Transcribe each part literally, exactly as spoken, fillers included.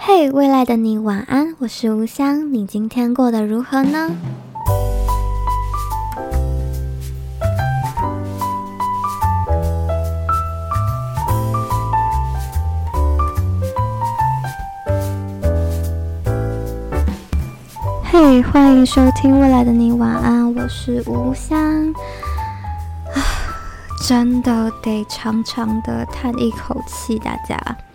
嘿，未来的你晚安，我是吴香，你今天过得如何呢？嘿，欢迎收听未来的你晚安，我是吴香。真的得长长的叹一口气，大家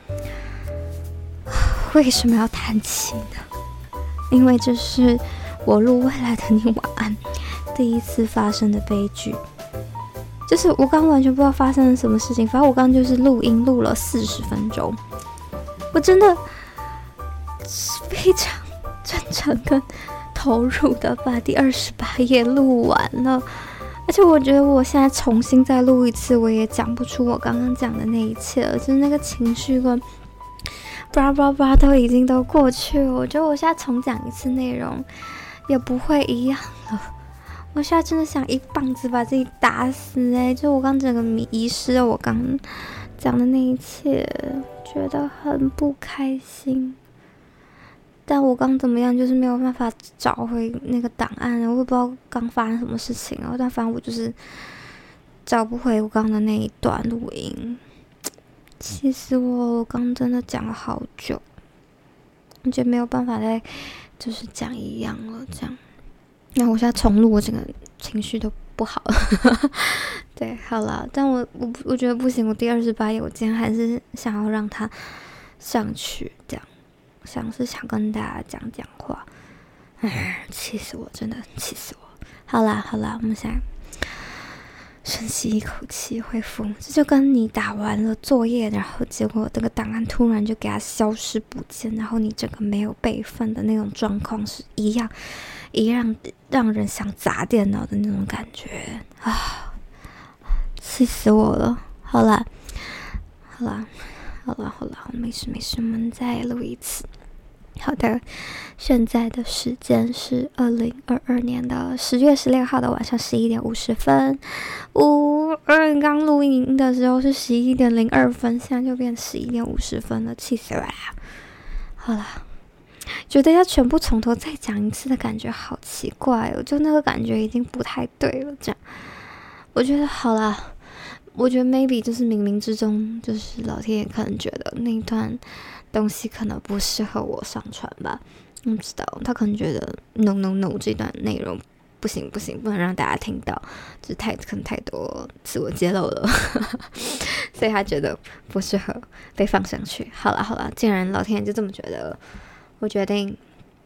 为什么要叹气呢？因为这是我录未来的你晚安第一次发生的悲剧，就是我刚完全不知道发生了什么事情，反正我刚就是录音录了四十分钟，我真的非常真诚跟投入的把第二十八页录完了。而且我觉得我现在重新再录一次，我也讲不出我刚刚讲的那一切了，就是那个情绪跟叭叭叭都已经都过去了。我觉得我现在重讲一次内容也不会一样了。我现在真的想一棒子把自己打死欸，就我刚整个迷失了我刚讲的那一切，觉得很不开心。但我刚怎么样，就是没有办法找回那个档案，我也不知道刚发生什么事情啊。但反正我就是找不回我刚的那一段录音，气死我！我刚真的讲了好久，我觉得没有办法再就是讲一样了，这样。那我现在重录，我整个情绪都不好了。对，好了，但我我我觉得不行，我第二十八页，我今天还是想要让它上去，这样。想是想跟大家讲讲话，哎，气死我，真的气死我！好啦好啦，我们现在深吸一口气，恢复。这就跟你打完了作业，然后结果这个档案突然就给它消失不见，然后你整个没有备份的那种状况是一样，一样让人想砸电脑的那种感觉啊！气死我了！好啦好啦。好了好了，没事没事，我们再录一次。好的，现在的时间是二零二二年的十月十六号的晚上十一点五十分。五二刚录音的时候是十一点零二分，现在就变十一点五十分了，气死了！好了，觉得要全部从头再讲一次的感觉好奇怪哦，就那个感觉已经不太对了。这样，我觉得好啦。我觉得 maybe 就是冥冥之中，就是老天爷可能觉得那一段东西可能不适合我上传吧，我不知道，他可能觉得 no no no 这段内容不行不行，不能让大家听到，就是太可能太多自我揭露了，所以他觉得不适合被放上去。好啦好啦，既然老天爷就这么觉得了，我决定。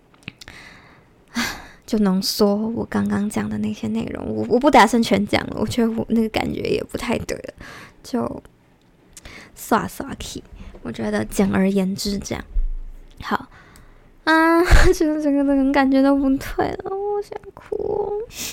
就浓缩我刚刚讲的那些内容，我我不打算全讲了，我觉得我那个感觉也不太对了，就刷刷起。我觉得简而言之这样好啊，整个整个整个感觉都不对了，我想哭。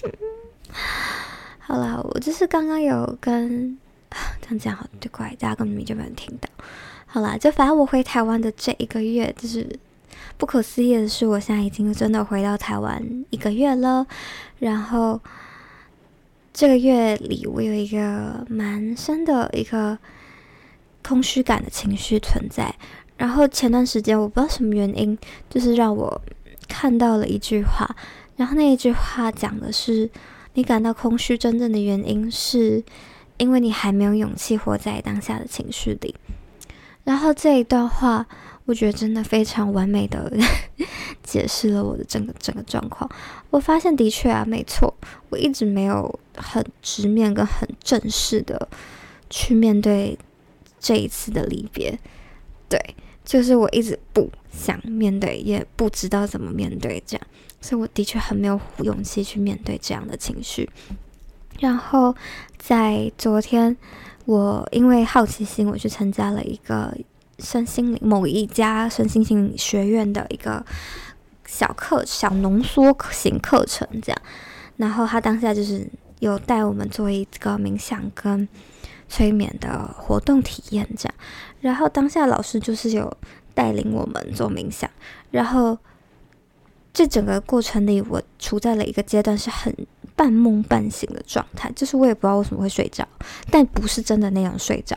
好啦，我就是刚刚有跟这样讲好对怪，大家根本就没有听到。好啦，就反正我回台湾的这一个月，就是不可思议的是，我现在已经真的回到台湾一个月了。然后这个月里，我有一个蛮深的一个空虚感的情绪存在。然后前段时间我不知道什么原因，就是让我看到了一句话，然后那一句话讲的是，你感到空虚真正的原因是因为你还没有勇气活在当下的情绪里。然后这一段话，我觉得真的非常完美的解释了我的整个整个状况。我发现的确啊，没错，我一直没有很直面跟很正式的去面对这一次的离别。对，就是我一直不想面对，也不知道怎么面对这样，所以我的确很没有勇气去面对这样的情绪。然后在昨天，我因为好奇心，我去参加了一个身心灵某一家身心灵学院的一个小课小浓缩型课程这样，然后他当下就是有带我们做一个冥想跟催眠的活动体验这样，然后当下老师就是有带领我们做冥想，然后这整个过程里我处在了一个阶段是很半梦半醒的状态，就是我也不知道为什么会睡着，但不是真的那样睡着，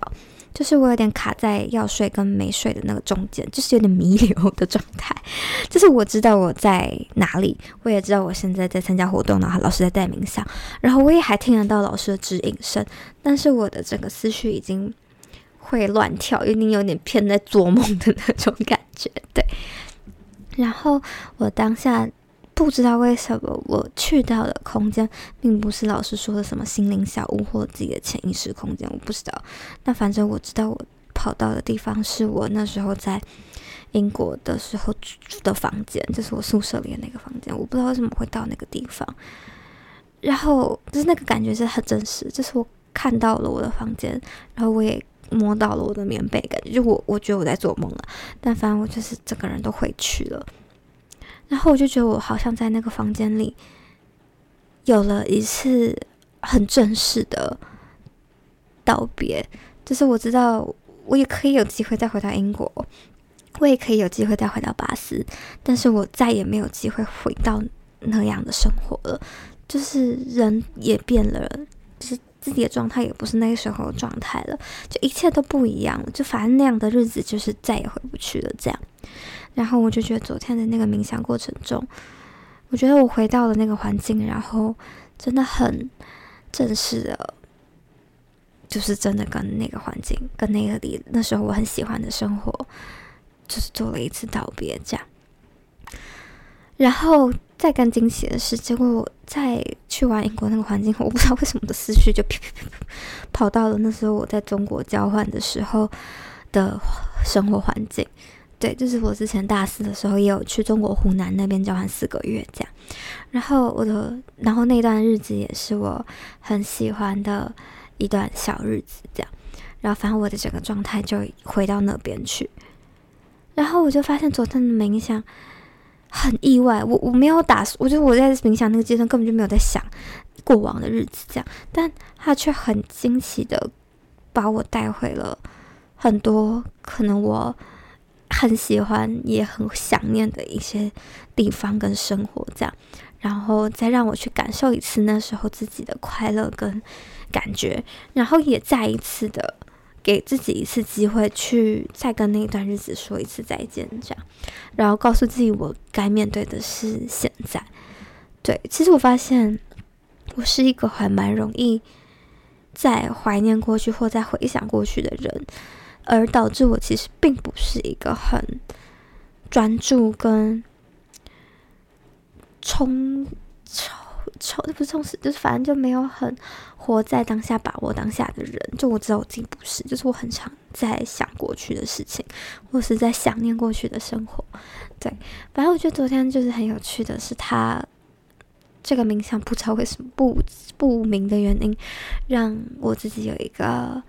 就是我有点卡在要睡跟没睡的那个中间，就是有点弥留的状态。就是我知道我在哪里，我也知道我现在在参加活动，然后老师在带冥想，然后我也还听得到老师的指引声，但是我的整个思绪已经会乱跳，已经有点偏在做梦的那种感觉。对，然后我当下不知道为什么我去到的空间并不是老师说的什么心灵小屋或自己的潜意识空间，我不知道。那反正我知道我跑到的地方是我那时候在英国的时候住的房间，就是我宿舍里的那个房间。我不知道为什么会到那个地方，然后就是那个感觉是很真实，就是我看到了我的房间，然后我也摸到了我的棉被，感觉就我我觉得我在做梦了，但反正我就是整个人都回去了。然后我就觉得我好像在那个房间里有了一次很正式的道别，就是我知道我也可以有机会再回到英国，我也可以有机会再回到巴斯，但是我再也没有机会回到那样的生活了。就是人也变了，就是自己的状态也不是那个时候的状态了，就一切都不一样了。就反正那样的日子就是再也回不去了这样。然后我就觉得昨天的那个冥想过程中，我觉得我回到了那个环境，然后真的很正式的，就是真的跟那个环境跟那个里那时候我很喜欢的生活就是做了一次道别这样。然后再更惊喜的是，结果我在去完英国那个环境后，我不知道为什么的思绪就噗噗噗噗跑到了那时候我在中国交换的时候的生活环境。对，就是我之前大四的时候也有去中国湖南那边交换四个月这样，然后我的，然后那段日子也是我很喜欢的一段小日子这样，然后反正我的整个状态就回到那边去，然后我就发现昨天的冥想很意外，我我没有打，我觉得我在冥想那个阶段根本就没有在想过往的日子这样，但他却很惊奇的把我带回了很多可能我很喜欢也很想念的一些地方跟生活这样，然后再让我去感受一次那时候自己的快乐跟感觉，然后也再一次的给自己一次机会去再跟那一段日子说一次再见这样，然后告诉自己我该面对的是现在。对，其实我发现我是一个还蛮容易在怀念过去或在回想过去的人，而导致我其实并不是一个很专注跟充充充不是充实，就是反正就没有很活在当下把握当下的人。就我知道我自己不是，就是我很常在想过去的事情，或是在想念过去的生活。对，反正我觉得昨天就是很有趣的是，他这个冥想不知道为什么不不明的原因，让我自己有一个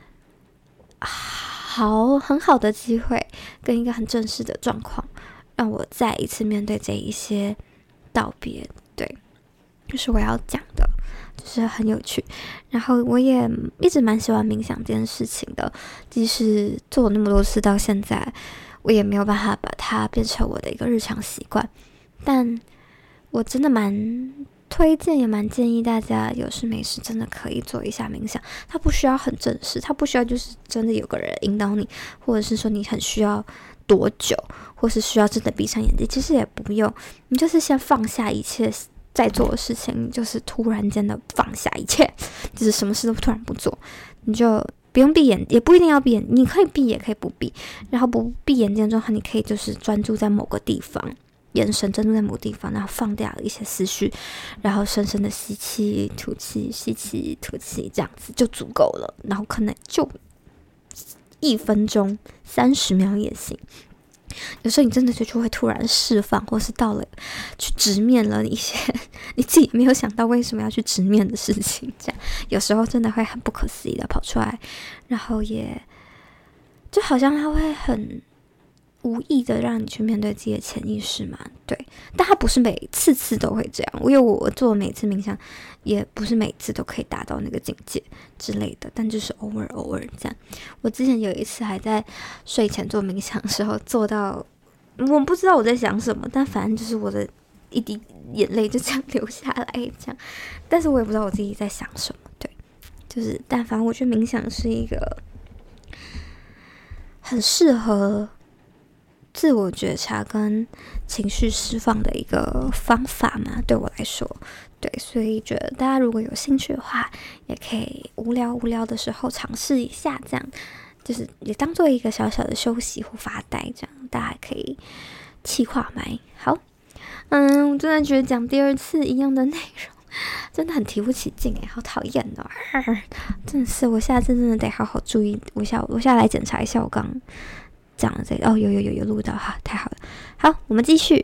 好很好的机会跟一个很正式的状况，让我再一次面对这一些道别。对，就是我要讲的，就是很有趣。然后我也一直蛮喜欢冥想这件事情的，即使做了那么多次到现在，我也没有办法把它变成我的一个日常习惯，但我真的蛮推荐也蛮建议大家有事没事真的可以做一下冥想。它不需要很正式，它不需要就是真的有个人引导你，或者是说你很需要多久，或是需要真的闭上眼睛，其实也不用，你就是先放下一切在做的事情，你就是突然间的放下一切，就是什么事都突然不做，你就不用闭眼，也不一定要闭眼，你可以闭也可以不闭，然后不闭眼睛的状态，你可以就是专注在某个地方，眼神专注在某个地方，然后放掉一些思绪，然后深深的吸气吐气，吸气吐气，这样子就足够了。然后可能就一分钟三十秒也行。有时候你真的就会突然释放，或是到了去直面了一些你自己没有想到为什么要去直面的事情，这样有时候真的会很不可思议的跑出来，然后也就好像它会很无意的让你去面对自己的潜意识嘛。对，但它不是每次次都会这样，因为我做每次冥想也不是每次都可以达到那个境界之类的，但就是偶尔偶尔这样。我之前有一次还在睡前做冥想的时候做到我不知道我在想什么，但反正就是我的一滴眼泪就这样流下来这样，但是我也不知道我自己在想什么。对，就是但反正我觉得冥想是一个很适合自我觉察跟情绪释放的一个方法嘛，对我来说，对，所以觉得大家如果有兴趣的话，也可以无聊无聊的时候尝试一下，这样就是也当做一个小小的休息或发呆，这样大家可以气化麦。好，嗯，我真的觉得讲第二次一样的内容真的很提不起劲诶，好讨厌哦！真的是，我下次真的得好好注意，我下我下来检查一下我刚讲的这个哦，有有有有录到哈，太好了。好，我们继续。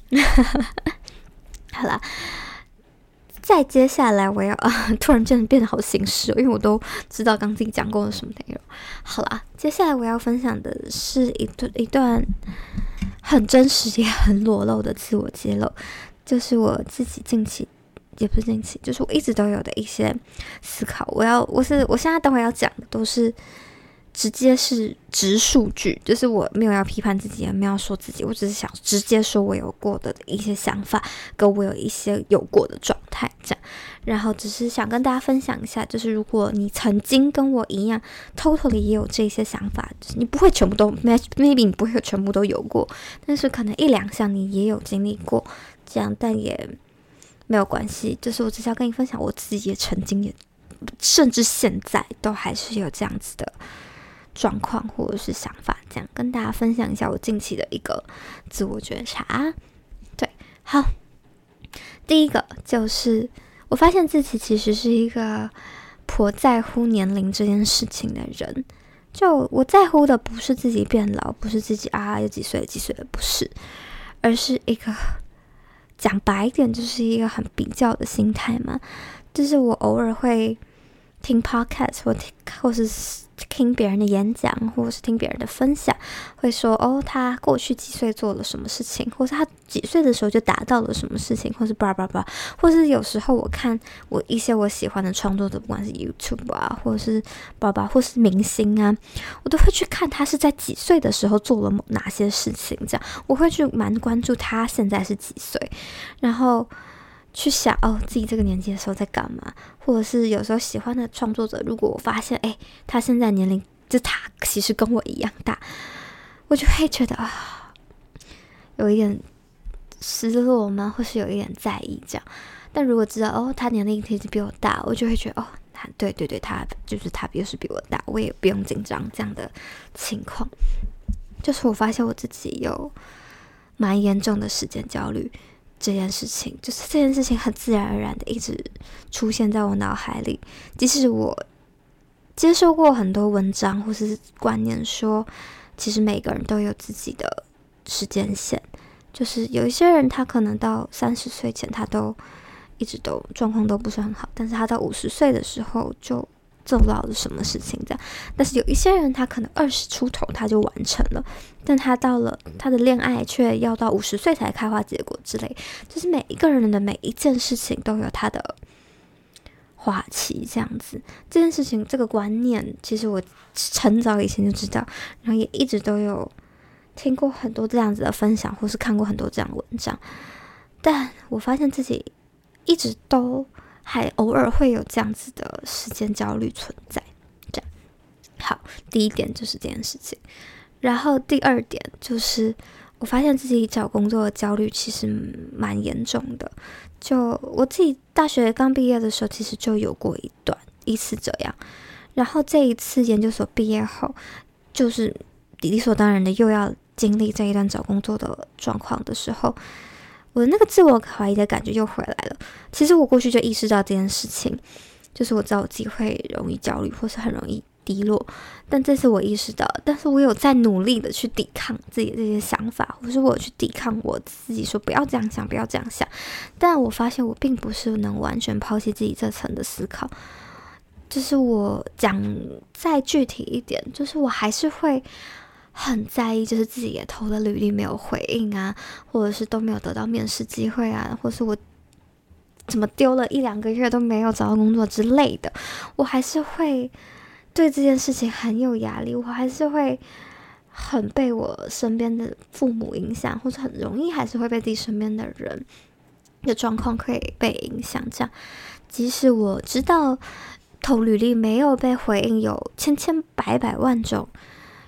好啦，再接下来我要啊，突然间变得好形式、哦，因为我都知道刚自己讲过了什么内容。好啦，接下来我要分享的是一段一段很真实也很裸露的自我揭露，就是我自己近期。也不是近期，就是我一直都有的一些思考。我要，我是我现在待会要讲的都是直接是直数据，就是我没有要批判自己，也没有要说自己，我只是想直接说我有过的一些想法，跟我有一些有过的状态这样。然后只是想跟大家分享一下，就是如果你曾经跟我一样 ，totally 也有这些想法，就是你不会全部都 maybe 你不会全部都有过，但是可能一两项你也有经历过，这样，但也。没有关系，就是我只是要跟你分享我自己也曾经也，甚至现在都还是有这样子的状况或者是想法，这样跟大家分享一下我近期的一个自我觉察。对，好，第一个就是我发现自己其实是一个颇在乎年龄这件事情的人，就我在乎的不是自己变老，不是自己啊有几岁几岁的，不是，而是一个。讲白一点，就是一个很比较的心态嘛。就是我偶尔会听 podcast 或听，或是听别人的演讲，或者是听别人的分享，会说哦，他过去几岁做了什么事情，或是他几岁的时候就达到了什么事情，或是叭叭叭，或是有时候我看我一些我喜欢的创作者，不管是 YouTube 啊，或者是叭叭，或是明星啊，我都会去看他是在几岁的时候做了某哪些事情，这样我会去蛮关注他现在是几岁，然后。去想哦，自己这个年纪的时候在干嘛，或者是有时候喜欢的创作者，如果我发现哎，他现在年龄就他其实跟我一样大，我就会觉得啊，有一点失落吗？或是有一点在意这样。但如果知道哦，他年龄其实比我大，我就会觉得哦，他对对对，他就是他就是比我大，我也不用紧张这样的情况。就是我发现我自己有蛮严重的时间焦虑。这件事情就是这件事情很自然而然的一直出现在我脑海里，即使我接受过很多文章或是观念说，其实每个人都有自己的时间线，就是有一些人他可能到三十岁前他都一直都状况都不是很好，但是他到五十岁的时候就做到了什么事情这样，但是有一些人他可能二十出头他就完成了，但他到了他的恋爱却要到五十岁才开花结果之类，就是每一个人的每一件事情都有他的花期这样子。这件事情这个观念其实我很早以前就知道，然后也一直都有听过很多这样子的分享，或是看过很多这样的文章，但我发现自己一直都还偶尔会有这样子的时间焦虑存在，这样。好，第一点就是这件事情，然后第二点就是我发现自己找工作的焦虑其实蛮严重的。就我自己大学刚毕业的时候，其实就有过一段一次这样，然后这一次研究所毕业后，就是理所当然的又要经历这一段找工作的状况的时候。我的那个自我怀疑的感觉又回来了。其实我过去就意识到这件事情，就是我知道我自己会容易焦虑，或是很容易低落。但这次我意识到，但是我有在努力的去抵抗自己的这些想法，或是我有去抵抗我自己说不要这样想，不要这样想。但我发现我并不是能完全抛弃自己这层的思考。就是我讲再具体一点，就是我还是会。很在意，就是自己也投了履历没有回应啊，或者是都没有得到面试机会啊，或是我怎么丢了一两个月都没有找到工作之类的，我还是会对这件事情很有压力，我还是会很被我身边的父母影响，或者很容易还是会被自己身边的人的状况可以被影响。这样，即使我知道投履历没有被回应有千千百百万种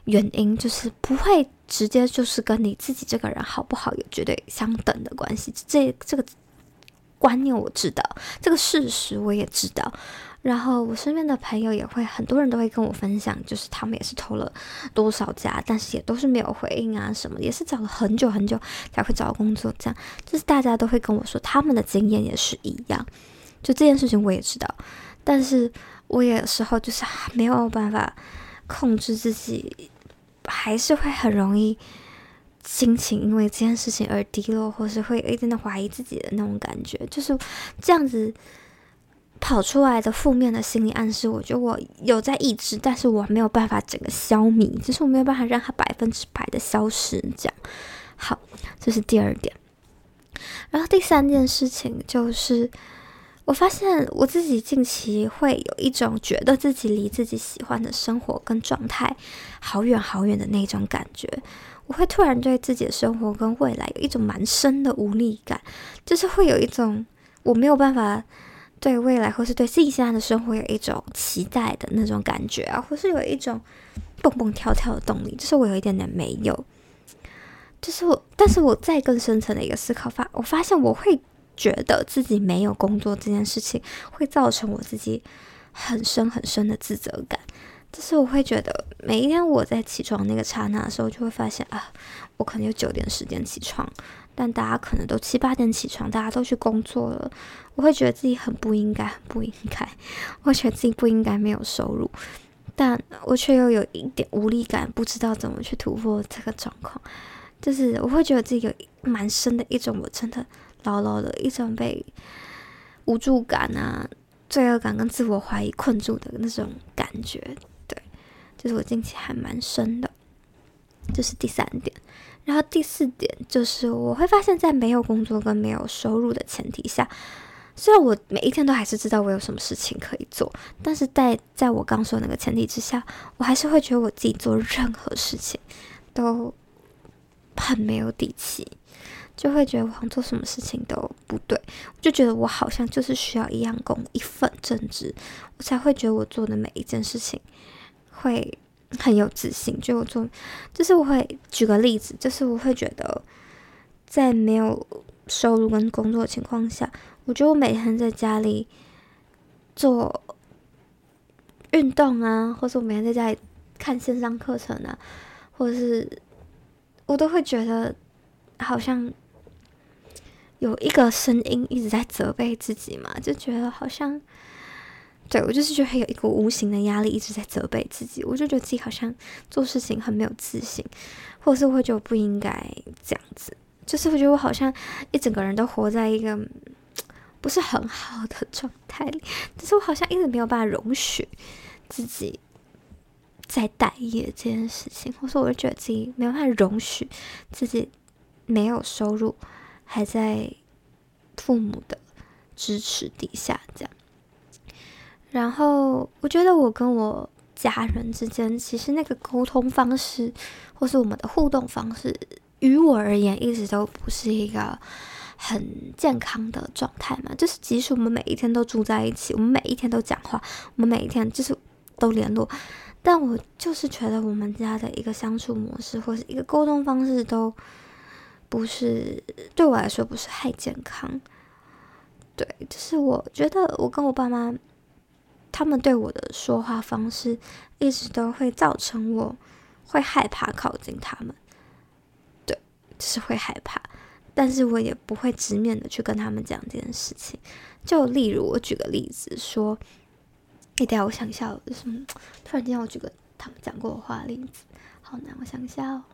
原因，就是不会直接就是跟你自己这个人好不好有绝对相等的关系。这这个观念我知道，这个事实我也知道。然后我身边的朋友也会，很多人都会跟我分享，就是他们也是投了多少家，但是也都是没有回应啊什么，也是找了很久很久才会找到工作。这样就是大家都会跟我说，他们的经验也是一样。就这件事情我也知道，但是我有时候就是没有办法控制自己，还是会很容易心情因为这件事情而低落，或是会有一点的怀疑自己的那种感觉，就是这样子跑出来的负面的心理暗示，我觉得我有在抑制，但是我没有办法整个消弭，就是我没有办法让它百分之百的消失。这样，好，这是第二点。然后第三件事情就是，我发现我自己近期会有一种觉得自己离自己喜欢的生活跟状态好远好远的那种感觉。我会突然对自己的生活跟未来有一种蛮深的无力感，就是会有一种我没有办法对未来或是对自己现在的生活有一种期待的那种感觉啊，或是有一种蹦蹦跳跳的动力，就是我有一点点没有。就是我，但是我再更深层的一个思考发，我发现我会觉得自己没有工作这件事情会造成我自己很深很深的自责感。就是我会觉得每一天我在起床那个刹那的时候，就会发现啊，我可能有九点十点起床，但大家可能都七八点起床，大家都去工作了。我会觉得自己很不应该，很不应该，我觉得自己不应该没有收入，但我却又有一点无力感，不知道怎么去突破这个状况。就是我会觉得自己有蛮深的一种，我真的牢牢的一种被无助感啊、罪恶感跟自我怀疑困住的那种感觉。对，就是我近期还蛮深的，这是第三点。然后第四点就是我会发现在没有工作跟没有收入的前提下，虽然我每一天都还是知道我有什么事情可以做，但是在在我刚说的那个前提之下，我还是会觉得我自己做任何事情都很没有底气，就会觉得我好像做什么事情都不对，我就觉得我好像就是需要一样工一份正职，我才会觉得我做的每一件事情会很有自信。就我做，就是我会举个例子，就是我会觉得在没有收入跟工作的情况下，我觉得我每天在家里做运动啊，或者我每天在家里看线上课程啊，或者是我都会觉得好像有一个声音一直在责备自己嘛，就觉得好像，对，我就是觉得有一股无形的压力一直在责备自己，我就觉得自己好像做事情很没有自信，或者是我会觉得我不应该这样子，就是我觉得我好像一整个人都活在一个不是很好的状态里，就是我好像一直没有办法容许自己在待业这件事情，或者我就觉得自己没有办法容许自己没有收入，还在父母的支持底下这样。然后我觉得我跟我家人之间，其实那个沟通方式，或是我们的互动方式，于我而言一直都不是一个很健康的状态嘛。就是即使我们每一天都住在一起，我们每一天都讲话，我们每一天就是都联络，但我就是觉得我们家的一个相处模式或是一个沟通方式都不是，对我来说不是太健康。对，就是我觉得我跟我爸妈他们对我的说话方式一直都会造成我会害怕靠近他们。对，就是会害怕，但是我也不会直面的去跟他们讲这件事情。就例如我举个例子说，哎，等一下我想一下，有什么？突然间我举个他们讲过的话的例子，好难，我想一下哦。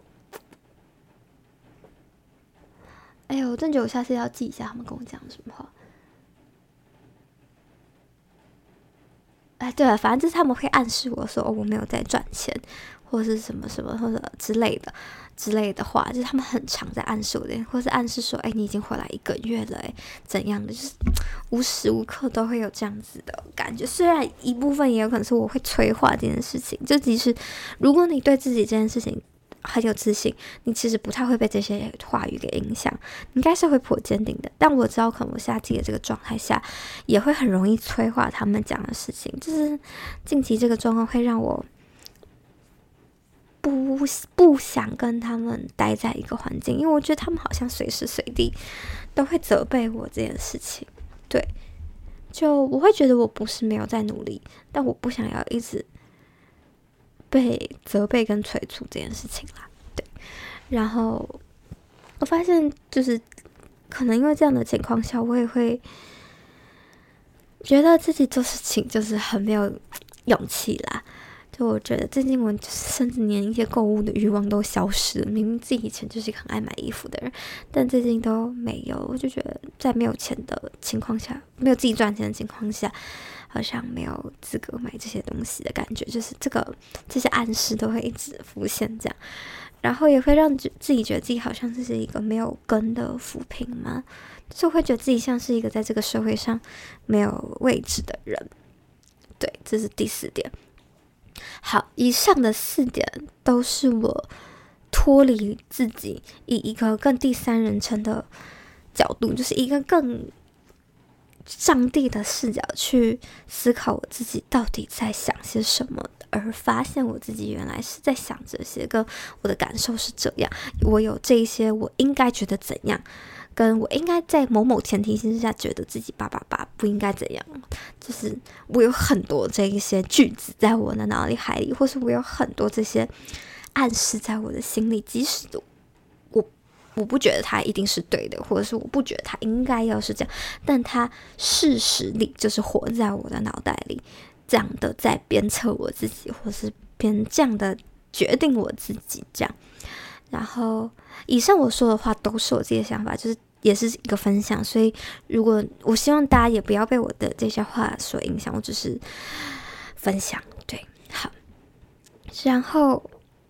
哎呦，我真觉得我下次要记一下他们跟我讲什么话。哎，对了，反正就是他们会暗示我说，哦，我没有在赚钱，或是什么什么或者之类的之类的话，就是他们很常在暗示我的，或是暗示说，哎，你已经回来一个月了，哎，怎样的，就是无时无刻都会有这样子的感觉。虽然一部分也有可能是我会催化这件事情，就即使如果你对自己这件事情很有自信，你其实不太会被这些话语给影响，你应该是会颇坚定的。但我知道，可能我现在自己的这个状态下，也会很容易催化他们讲的事情。就是近期这个状况会让我不不想跟他们待在一个环境，因为我觉得他们好像随时随地都会责备我这件事情。对，就我会觉得我不是没有在努力，但我不想要一直被责备跟催促这件事情啦。对，然后我发现就是可能因为这样的情况下，我也会觉得自己做事情就是很没有勇气啦。就我觉得最近我就是甚至连一些购物的欲望都消失了，明明自己以前就是一个很爱买衣服的人，但最近都没有。我就觉得在没有钱的情况下，没有自己赚钱的情况下，好像没有资格买这些东西的感觉，就是这个这些暗示都会一直浮现这样，然后也会让自己觉得自己好像是一个没有根的浮萍嘛，就会觉得自己像是一个在这个社会上没有位置的人。对，这是第四点。好，以上的四点都是我脱离自己，以一个更第三人称的角度，就是一个更上帝的视角去思考我自己到底在想些什么，而发现我自己原来是在想这些，跟我的感受是这样，我有这一些我应该觉得怎样，跟我应该在某某前提之下觉得自己叭叭叭不应该怎样，就是我有很多这一些句子在我的脑里海里，或是我有很多这些暗示在我的心里，即使我我不觉得它一定是对的，或者是我不觉得它应该要是这样，但它事实里就是活在我的脑袋里，这样的在鞭策我自己，或是边这样的决定我自己这样。然后以上我说的话都是我自己的想法，就是也是一个分享，所以如果我希望大家也不要被我的这些话所影响，我只是分享。对，好。然后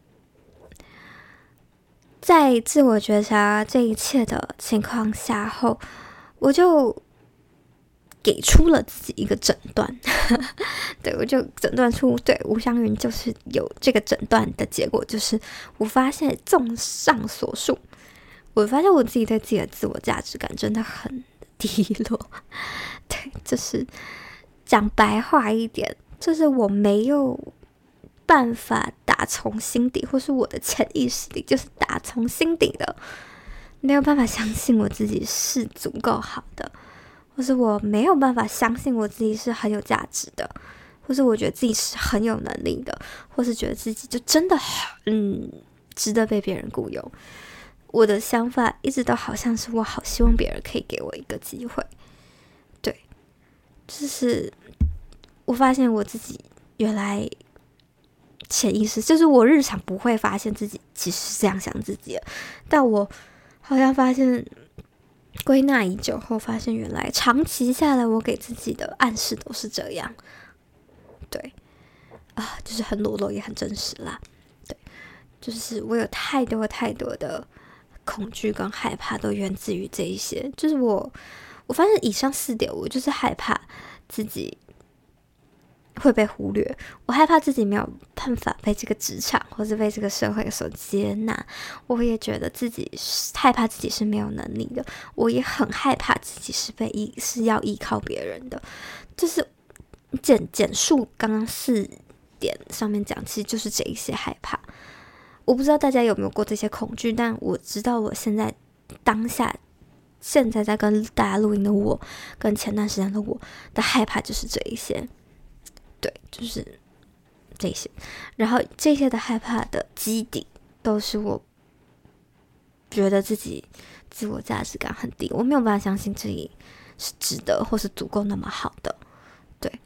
在自我觉察这一切的情况下后，我就给出了自己一个诊断对，我就诊断出，对，吴湘云就是有这个诊断的结果，就是我发现综上所述，我发现我自己对自己的自我价值感真的很低落。对，就是讲白话一点，就是我没有办法打从心底，或是我的潜意识里就是打从心底的没有办法相信我自己是足够好的，或是我没有办法相信我自己是很有价值的，或是我觉得自己是很有能力的，或是觉得自己就真的很值得被别人雇佣。我的想法一直都好像是我好希望别人可以给我一个机会。对，就是我发现我自己原来潜意识，就是我日常不会发现自己其实是这样想自己的，但我好像发现归纳已久后，发现原来长期下来我给自己的暗示都是这样。对啊，就是很裸露也很真实啦。对，就是我有太多太多的恐惧跟害怕都源自于这一些，就是我我发现以上四点，我就是害怕自己会被忽略，我害怕自己没有办法被这个职场或是被这个社会所接纳，我也觉得自己害怕自己是没有能力的，我也很害怕自己是被依是要依靠别人的，就是简简述刚刚四点上面讲，其实就是这一些害怕。我不知道大家有没有过这些恐惧，但我知道我现在当下现在在跟大家录音的我，跟前段时间的我的害怕就是这一些。对，就是这些，然后这些的害怕的基底都是我觉得自己自我价值感很低，我没有办法相信自己是值得或是足够那么好的。对，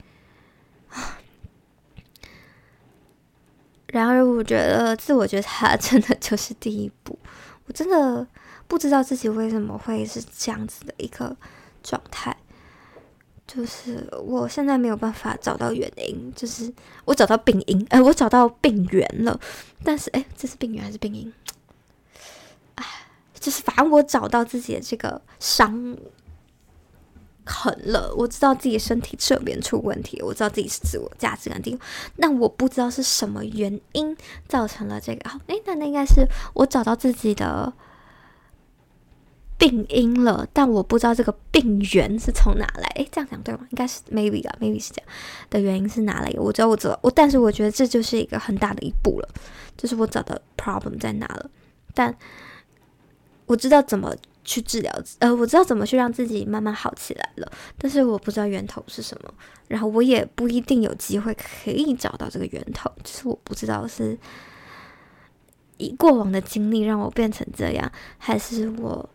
然而我觉得自我觉察真的就是第一步，我真的不知道自己为什么会是这样子的一个状态。就是我现在没有办法找到原因，就是我找到病因，哎、呃，我找到病源了，但是哎，这是病源还是病因？哎，就是反正我找到自己的这个伤痕了，我知道自己的身体这边出问题，我知道自己是自我价值感低，但我不知道是什么原因造成了这个。好，哎，那那应该是我找到自己的病因了，但我不知道这个病源是从哪来。诶，这样讲对吗？应该是 maybe 啦 ，maybe 是这样的原因是哪来？我知道，我知道，我但是我觉得这就是一个很大的一步了，就是我找到 problem 在哪了，但我知道怎么去治疗，呃，我知道怎么去让自己慢慢好起来了，但是我不知道源头是什么，然后我也不一定有机会可以找到这个源头，就是我不知道是以过往的经历让我变成这样，还是我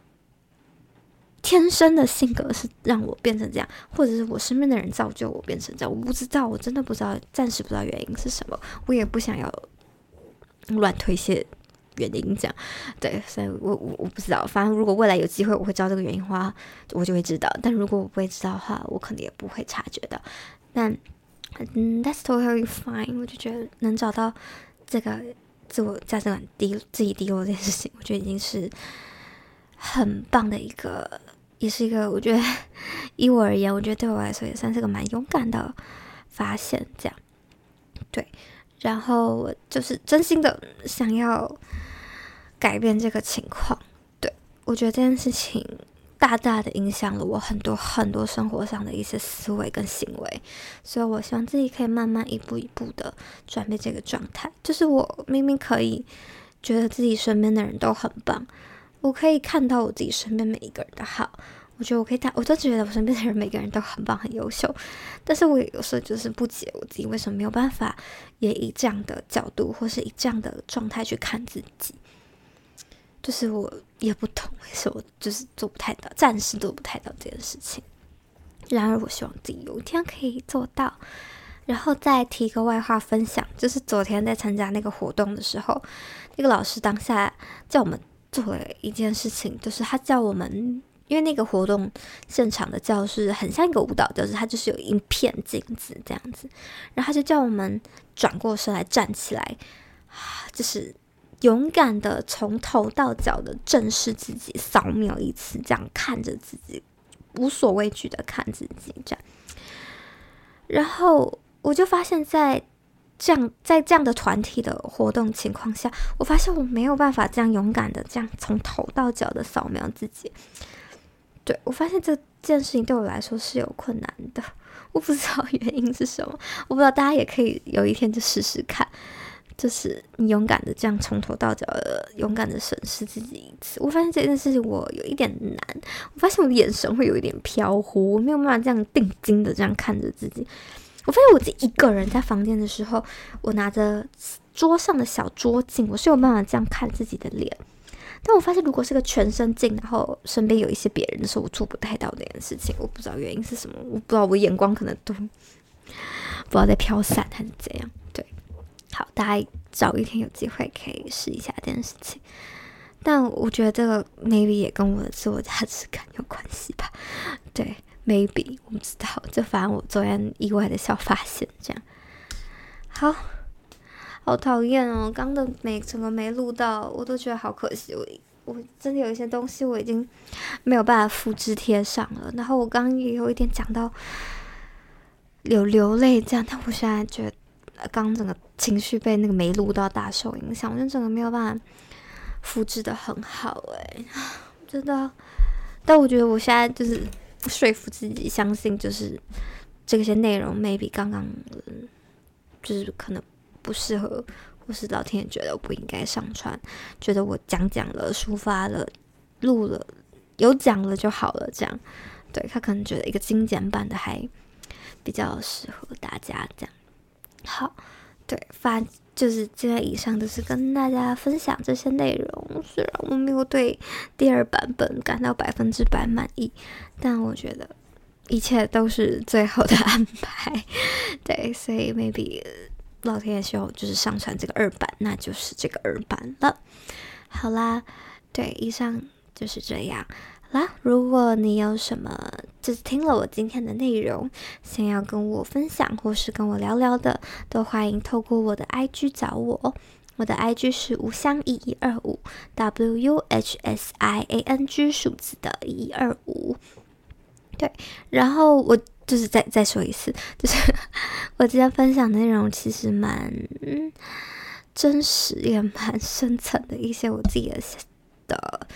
天生的性格是让我变成这样，或者是我身边的人造就我变成这样，我不知道，我真的不知道，暂时不知道原因是什么，我也不想要乱推卸原因这样，对，所以我我我不知道，反正如果未来有机会我会知道这个原因的话，我就会知道，但如果我不会知道的话，我可能也不会察觉到，但嗯 ，that's totally fine， 我就觉得能找到这个自我价值感低自己低落这件事情，我觉得已经是很棒的一个，也是一个我觉得以我而言，我觉得对我来说也算是个蛮勇敢的发现，这样对。然后我就是真心的想要改变这个情况，对，我觉得这件事情大大的影响了我很多很多生活上的一些思维跟行为，所以我希望自己可以慢慢一步一步的转变这个状态，就是我明明可以觉得自己身边的人都很棒，我可以看到我自己身边每一个人的好，我觉得我可以打，我都觉得我身边的人每个人都很棒很优秀，但是我有时候就是不解我自己为什么没有办法也以这样的角度或是以这样的状态去看自己，就是我也不懂为什么就是做不太到，暂时做不太到这件事情，然而我希望自己有一天可以做到。然后再提个外话分享，就是昨天在参加那个活动的时候，那个老师当下叫我们做了一件事情，就是他叫我们，因为那个活动现场的教室很像一个舞蹈教室，它就是有一片镜子这样子，然后他就叫我们转过身来站起来，就是勇敢的从头到脚的正视自己，扫描一次，这样看着自己，无所畏惧的看自己这样。然后我就发现在这样在这样的团体的活动情况下，我发现我没有办法这样勇敢的这样从头到脚的扫描自己。对，我发现这件事情对我来说是有困难的，我不知道原因是什么，我不知道大家也可以有一天就试试看，就是你勇敢的这样从头到脚的勇敢的审视自己一次。我发现这件事情我有一点难，我发现我的眼神会有一点飘忽，我没有办法这样定睛的这样看着自己。我发现我自己一个人在房间的时候，我拿着桌上的小桌镜，我是有办法这样看自己的脸。但我发现如果是个全身镜，然后身边有一些别人的时候，我做不太到这件事情，我不知道原因是什么，我不知道我眼光可能都不知道在飘散还是怎样。对，好，大家找一天有机会可以试一下这件事情。但我觉得这个 maybe 也跟我的自我价值感有关系吧。对 ，maybe 我不知道，就反正我昨天意外的小发现这样。好。好讨厌哦！刚的没整个没录到，我都觉得好可惜。我我真的有一些东西我已经没有办法复制贴上了。然后我刚刚也有一点讲到有流泪这样，但我现在觉得刚整个情绪被那个没录到大受影响，我就整个没有办法复制的很好哎，真的。但我觉得我现在就是说服自己，相信就是这些内容 maybe 刚刚、嗯、就是可能。不适合，或是老天爷觉得我不应该上传，觉得我讲讲了、抒发了、录了，有讲了就好了，这样，对，他可能觉得一个精简版的还比较适合大家，这样。好，对，发就是今天以上就是跟大家分享这些内容。虽然我没有对第二版本感到百分之百满意，但我觉得一切都是最后的安排。对，所以 maybe。老天爷希望就是上传这个二版，那就是这个二版了。好啦，对，以上就是这样啦。如果你有什么就是听了我今天的内容，想要跟我分享或是跟我聊聊的，都欢迎透过我的 I G 找我。我的 I G 是无香一一二五 W U H S I A N G 数字的一一二五。对，然后我。就是再再说一次，就是我今天分享的内容其实蛮真实，也蛮深层的一些我自己的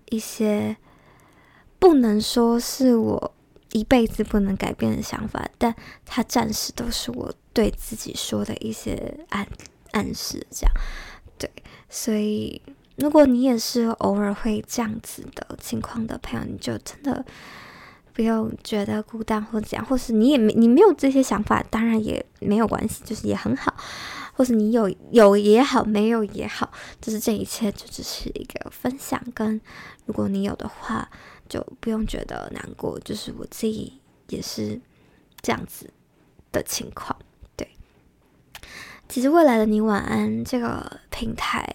一些不能说是我一辈子不能改变的想法，但它暂时都是我对自己说的一些暗暗示，这样。对，所以如果你也是偶尔会这样子的情况的朋友，你就真的不用觉得孤单或怎样，或是你也没你没有这些想法，当然也没有关系，就是也很好，或是你有有也好，没有也好，就是这一切就只是一个分享，跟如果你有的话，就不用觉得难过，就是我自己也是这样子的情况。对，其实未来的你晚安这个平台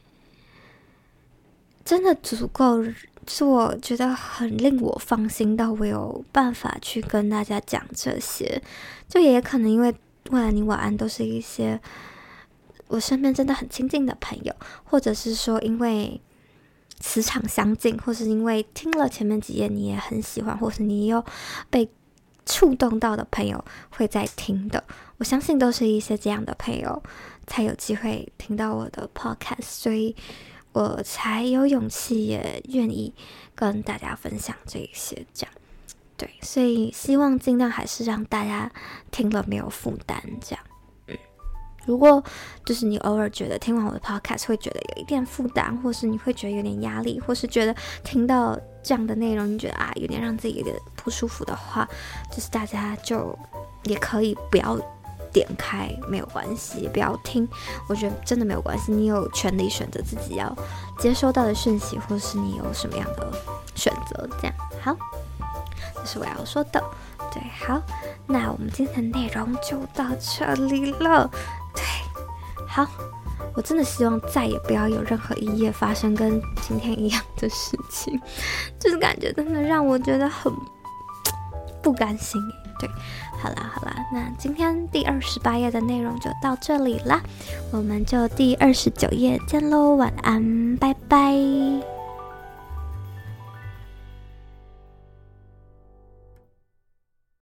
真的足够，是我觉得很令我放心到我有办法去跟大家讲这些。就也可能因为未来你晚安都是一些我身边真的很亲近的朋友，或者是说因为磁场相近，或是因为听了前面几页你也很喜欢，或是你有被触动到的朋友会在听的，我相信都是一些这样的朋友才有机会听到我的 podcast， 所以我才有勇气也愿意跟大家分享这一些，这样。对，所以希望尽量还是让大家听了没有负担，这样。嗯，如果就是你偶尔觉得听完我的 podcast 会觉得有一点负担，或是你会觉得有点压力，或是觉得听到这样的内容你觉得啊有点让自己有点不舒服的话，就是大家就也可以不要点开，没有关系，不要听，我觉得真的没有关系，你有权利选择自己要接收到的讯息，或是你有什么样的选择，这样。好，这是我要说的。对，好，那我们今天的内容就到这里了。对，好，我真的希望再也不要有任何一夜发生跟今天一样的事情，就是感觉真的让我觉得很不甘心。对，好啦好啦，那今天第二十八页的内容就到这里啦，我们就第二十九页见喽，晚安，拜拜。